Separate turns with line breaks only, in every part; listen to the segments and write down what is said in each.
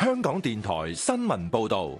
香港電台新聞報道。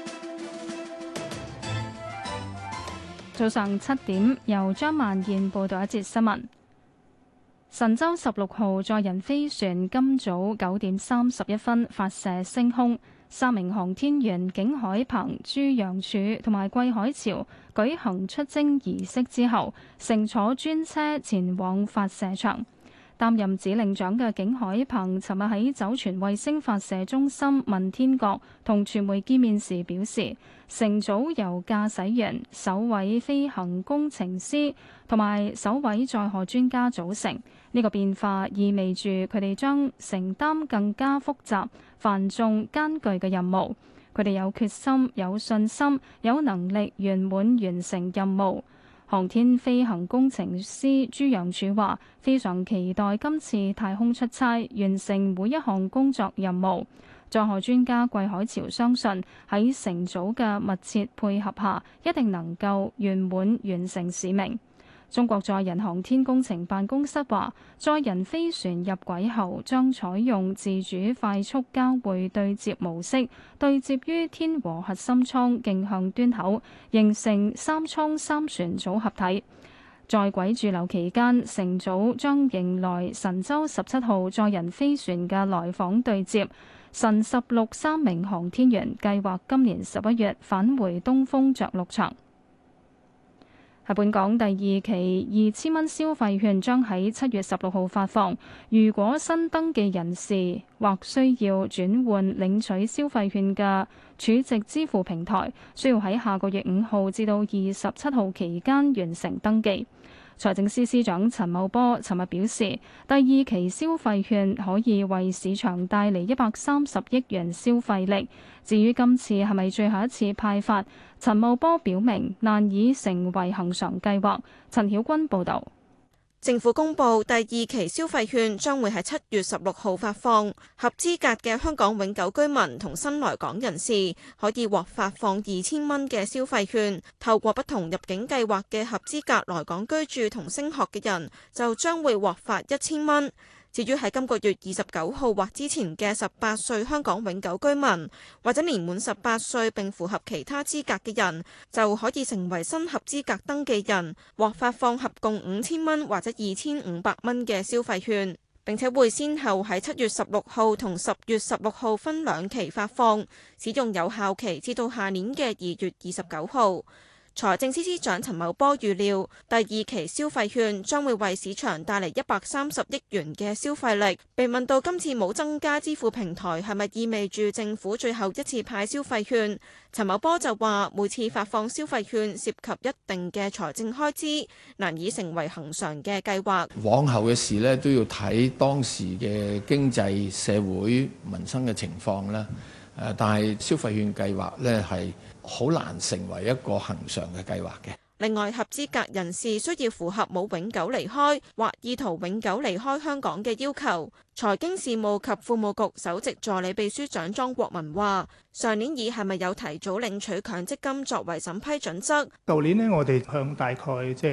早上7點，由張萬燕報道一節新聞。神舟16號載人飛船今早9點31分發射升空，3名航天員景海鵬、朱楊柱同埋桂海潮舉行出征儀式之後，乘坐專車前往發射場。擔任指令長嘅景海鵬尋日喺酒泉衛星發射中心問天閣同傳媒見面時表示，乘組由駕駛員、首位飛行工程師同埋首位載荷專家組成。呢個變化意味住佢哋將承擔更加複雜、繁重、艱巨嘅任務。佢哋有決心、有信心、有能力圓滿完成任務。航天飛行工程師朱楊柱話：非常期待今次太空出差，完成每一項工作任務。載荷專家桂海潮相信喺乘組嘅密切配合下，一定能夠圓滿完成使命。中國載人航天工程辦公室話，載人飛船入軌後將採用自主快速交會對接模式，對接於天和核心艙徑向端口，形成三艙三船組合體。在軌駐留期間，乘組將迎來神舟17號載人飛船嘅來訪對接。神16 3名航天員計劃今年11月返回東風着陸場。喺本港第二期2000蚊消費券將喺7月16號發放，如果新登記人士或需要轉換領取消費券嘅儲值支付平台，需要喺下個月5號至到27號期間完成登記。財政司司長陳茂波尋日表示，第二期消費券可以為市場帶嚟130億元消費力。至於今次係咪最後一次派發，陳茂波表明難以成為恆常計劃。陳曉君報導。
政府公布第二期消費券將會喺7月16號發放，合資格嘅香港永久居民同新來港人士可以獲發放2000蚊嘅消費券。透過不同入境計劃嘅合資格來港居住同升學嘅人就將會獲發1000蚊。至於喺今個月29號或之前嘅18歲香港永久居民，或者年滿18歲並符合其他資格嘅人，就可以成為新合資格登記人，獲發放合共5000蚊或者2500蚊嘅消費券。並且會先後喺7月16號同10月16號分兩期發放，使用有效期至到下年嘅2月29號。財政司司長陳茂波預料，第二期消費券將會為市場帶嚟130億元嘅消費力。被問到今次冇增加支付平台係咪意味住政府最後一次派消費券，陳茂波就話每次發放消費券涉及一定嘅財政開支，難以成為恆常嘅計劃。
往後嘅事呢，都要睇當時嘅經濟、社會、民生嘅情況啦。但係消費券計劃呢係好難成為一個恆常嘅計劃嘅。
另外，合資格人士需要符合冇永久離開或意圖永久離開香港嘅要求。財經事務及庫務局首席助理秘書長莊國文話：上年以係咪有提早領取強積金作為審批準則？
舊年呢，我哋向大概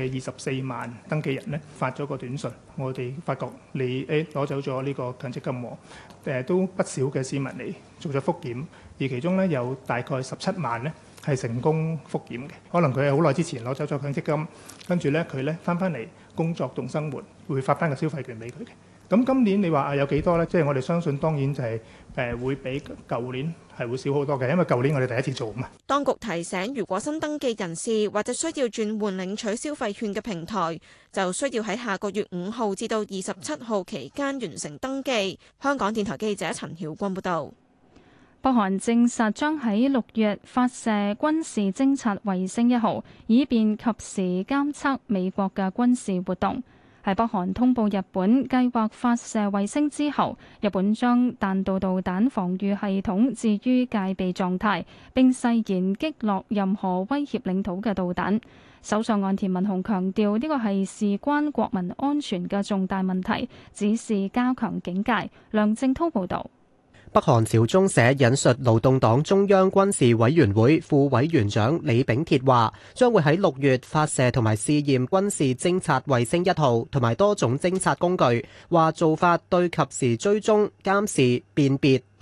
24萬登記人呢發咗個短信，我哋發覺你攞走咗呢個強積金喎，都不少嘅市民嚟做咗復檢，而其中呢，有大概17萬呢係成功復檢嘅，可能佢係好耐之前攞走咗強積金，跟住呢，佢呢翻嚟工作同生活，會發翻個消費券俾佢嘅。咁今年你話有幾多呢？即係我哋相信當然就係會比舊年係會少好多嘅，因為舊年我哋第一次做嘛。
當局提醒，如果新登記人士或者需要轉換領取消費券嘅平台，就需要喺下個月5號至到27號期間完成登記。香港電台記者陳曉君報導。
北韓證實將喺6月發射軍事偵察衛星1號，以便及時監測美國嘅軍事活動。喺北韓通報日本計劃發射衛星之後，日本將彈道導彈防禦系統置於戒備狀態，並誓言擊落任何威脅領土嘅導彈。首相岸田文雄強調，呢個係事關國民安全嘅重大問題，指示加強警戒。梁正滔報導。
北韓朝中社引述勞動黨中央軍事委員會副委員長李炳鐵話，將會喺6月發射同埋試驗軍事偵察衛星1號同埋多種偵察工具，話做法對及時追蹤、監視、辨別、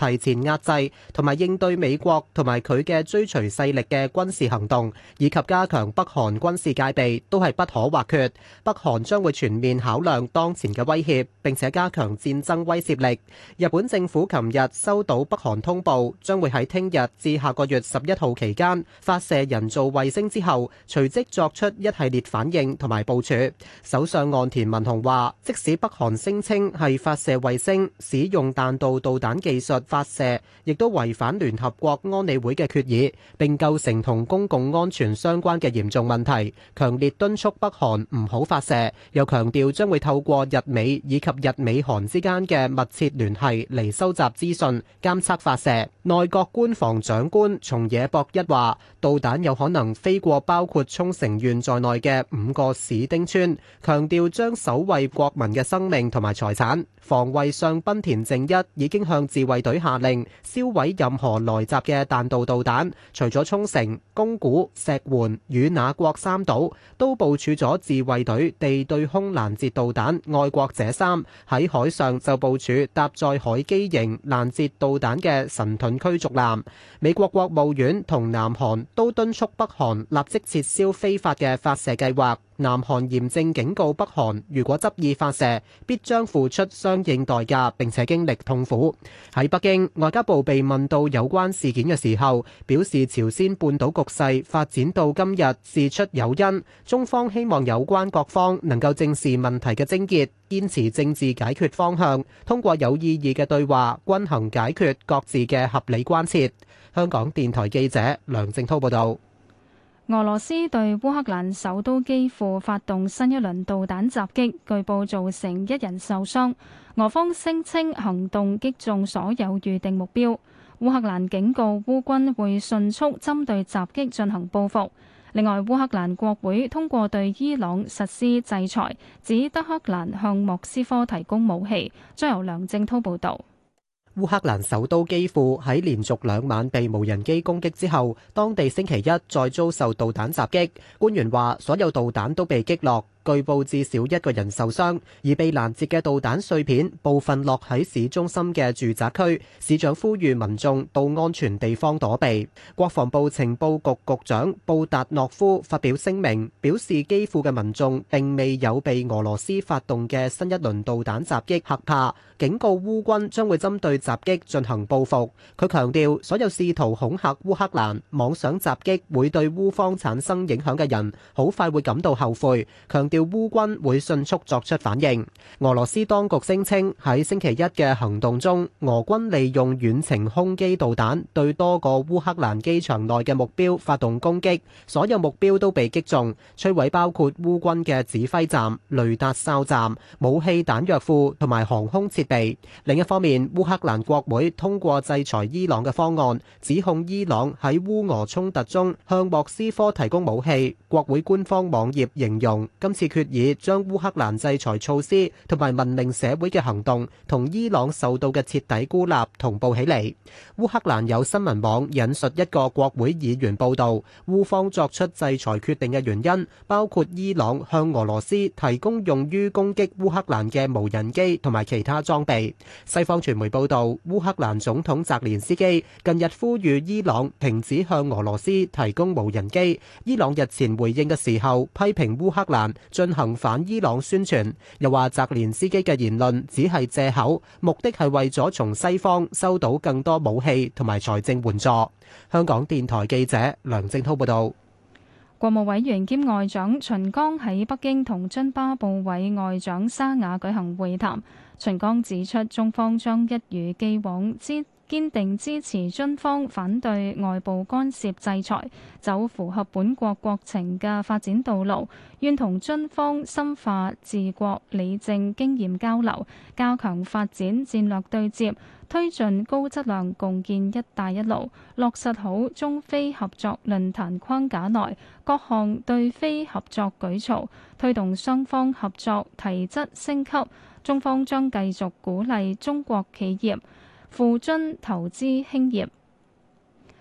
提前壓制同埋應對美國同埋佢嘅追隨勢力嘅軍事行動，以及加強北韓軍事戒備，都係不可或缺。北韓將會全面考量當前嘅威脅，並且加強戰爭威懾力。日本政府琴日收到北韓通報，將會喺聽日至下個月11號期間發射人造衛星之後，隨即作出一系列反應同埋部署。首相岸田文雄話，即使北韓聲稱係發射衛星，使用彈道導彈技術發射，亦都違反聯合國安理會嘅決議，並構成同公共安全相關嘅嚴重問題，強烈敦促北韓唔好發射，又強調將會透過日美以及日美韓之間嘅密切聯繫嚟收集資訊、監測發射。內閣官房長官松野博一話，導彈有可能飛過包括沖繩縣在內嘅5個市町村，強調將守衛國民嘅生命同埋財產。防衛相濱田正一已經向自衛隊下令銷毀任何來襲嘅彈道導彈，除咗沖繩、宮古、石垣與那國3島，都部署咗自衛隊地對空攔截導彈愛國者3，喺海上就部署搭載海基型攔截導彈嘅神盾驅逐艦。美國國務院同南韓都敦促北韓立即撤銷非法嘅發射計劃。南韓嚴正警告北韓，如果執意發射，必將付出相應代價，並且經歷痛苦。喺北京，外交部被問到有關事件嘅時候，表示朝鮮半島局勢發展到今日事出有因，中方希望有關各方能夠正視問題嘅症結，堅持政治解決方向，通過有意義嘅對話，均衡解決各自嘅合理關切。香港電台記者梁正滔報導。
俄羅斯對烏克蘭首都基輔發動新一輪導彈襲擊，據報造成1人受傷。俄方聲稱行動擊中所有預定目標。烏克蘭警告烏軍會迅速針對襲擊進行報復。另外，烏克蘭國會通過對伊朗實施制裁，指德黑蘭向莫斯科提供武器。將由梁正滔報導。
烏克蘭首都基輔喺連續2晚被無人機攻擊之後，當地星期一再遭受導彈襲擊。官員話，所有導彈都被擊落。據報至少1個人受傷，而被攔截嘅導彈碎片部分落喺市中心嘅住宅區。市長呼籲民眾到安全地方躲避。國防部情報局局長布達諾夫發表聲明，表示基輔嘅民眾並未有被俄羅斯發動嘅新一輪導彈襲擊嚇怕，警告烏軍將會針對襲擊進行報復。佢強調，所有試圖恐嚇烏克蘭、妄想襲擊會對烏方產生影響嘅人，好快會感到後悔。強調烏軍會迅速作出反應。俄羅斯當局聲稱喺星期一嘅行動中，俄軍利用遠程空基導彈對多個烏克蘭機場內嘅目標發動攻擊，所有目標都被擊中，摧毀包括烏軍嘅指揮站、雷達哨站、武器彈藥庫同埋航空設備。另一方面，烏克蘭國會通過制裁伊朗嘅方案，指控伊朗喺烏俄衝突中向莫斯科提供武器。國會官方網頁形容今次決議將烏克蘭制裁措施同埋文明社會嘅行動同伊朗受到嘅徹底孤立同步起嚟。烏克蘭有新聞網引述一個國會議員報道，烏方作出制裁決定嘅原因包括伊朗向俄羅斯提供用於攻擊烏克蘭嘅無人機同埋其他裝備。西方傳媒報道，烏克蘭總統澤連斯基近日呼籲伊朗停止向俄羅斯提供無人機。伊朗日前回應嘅時候，批評烏克蘭進行反伊朗宣傳，又話澤連斯基嘅言論只係借口，目的係為咗從西方收到更多武器同埋財政援助。香港電台記者梁正滔報導。
國務委員兼外長秦剛喺北京同津巴布韋外長沙雅舉行會談。秦剛指出，中方將一如既往堅定支持津方反對外部干涉制裁，走符合本國國情嘅發展道路，願同津方深化治國理政經驗交流，加強發展戰略對接，推進高質量共建一帶一路，落實好中非合作論壇框架內各項對非合作舉措，推動雙方合作提質升級。中方將繼續鼓勵中國企業赴津投資興業。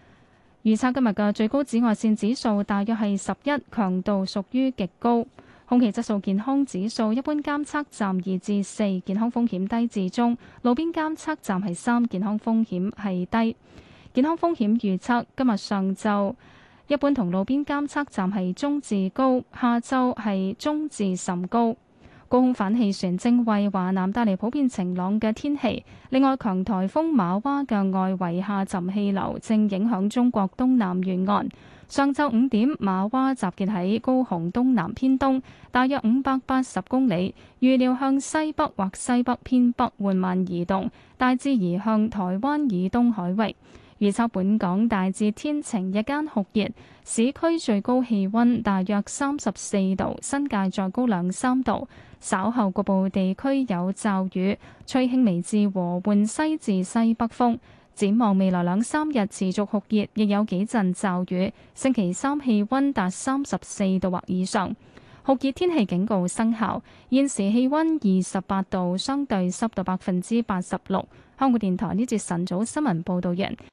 預測今日嘅最高紫外線指數大約係11，強度屬於極高。 空氣質素健康指數，一般監測站2至4，健康風險低至中；路邊監測站係3，健康風險係低。健康風險預測今日上晝一般同路邊監測站係中至高，下晝係中至甚高。高空反氣旋正為華南帶嚟普遍晴朗嘅天氣。另外，強颱風瑪娃嘅外圍下沉氣流正影響中國東南沿岸。上晝5點，瑪娃集結喺高雄東南偏東，大約580公里，預料向西北或西北偏北緩慢移動，大致移向台灣以東海域。預測本港大致天晴，日間酷熱，市區最高氣溫大約34度，新界再高2-3度。稍後局部地區有驟雨，吹輕微至和緩西至西北風。展望未來2-3日持續酷熱，亦有幾陣驟雨。星期三氣溫達34度或以上，酷熱天氣警告生效。現時氣溫28度，相對濕度86%。香港電台呢節晨早新聞報道完。